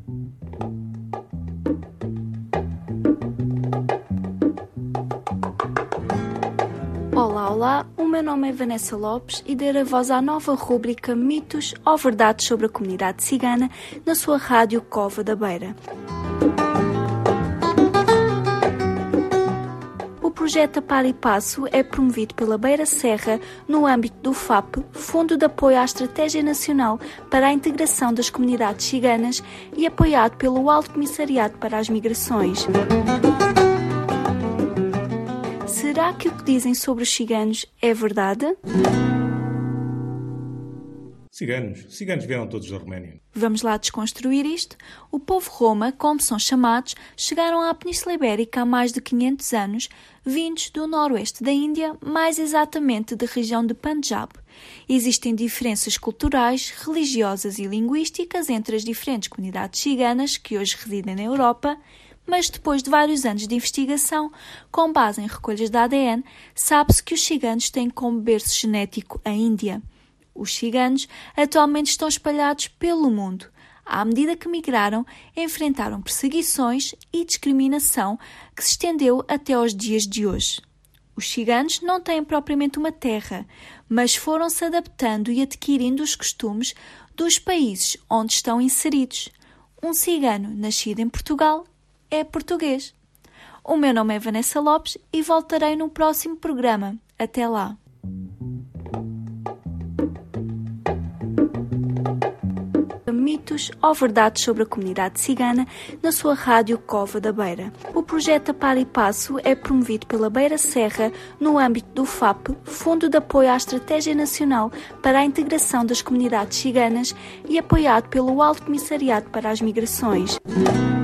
Olá, o meu nome é Vanessa Lopes e darei voz à nova rúbrica Mitos ou Verdades sobre a Comunidade Cigana na sua rádio Cova da Beira. O projeto A Par e Passo é promovido pela Beira Serra no âmbito do FAP, Fundo de Apoio à Estratégia Nacional para a Integração das Comunidades Ciganas, e apoiado pelo Alto Comissariado para as Migrações. Será que o que dizem sobre os ciganos é verdade? Ciganos vieram todos da Roménia. Vamos lá desconstruir isto. O povo Roma, como são chamados, chegaram à Península Ibérica há mais de 500 anos, vindos do noroeste da Índia, mais exatamente da região de Punjab. Existem diferenças culturais, religiosas e linguísticas entre as diferentes comunidades ciganas que hoje residem na Europa, mas depois de vários anos de investigação, com base em recolhas de ADN, sabe-se que os ciganos têm como berço genético a Índia. Os ciganos atualmente estão espalhados pelo mundo. À medida que migraram, enfrentaram perseguições e discriminação que se estendeu até aos dias de hoje. Os ciganos não têm propriamente uma terra, mas foram-se adaptando e adquirindo os costumes dos países onde estão inseridos. Um cigano nascido em Portugal é português. O meu nome é Vanessa Lopes e voltarei no próximo programa. Até lá. Mitos ou verdades sobre a comunidade cigana na sua rádio Cova da Beira. O projeto A Par e Passo é promovido pela Beira Serra no âmbito do FAP, Fundo de Apoio à Estratégia Nacional para a Integração das Comunidades Ciganas, e apoiado pelo Alto Comissariado para as Migrações.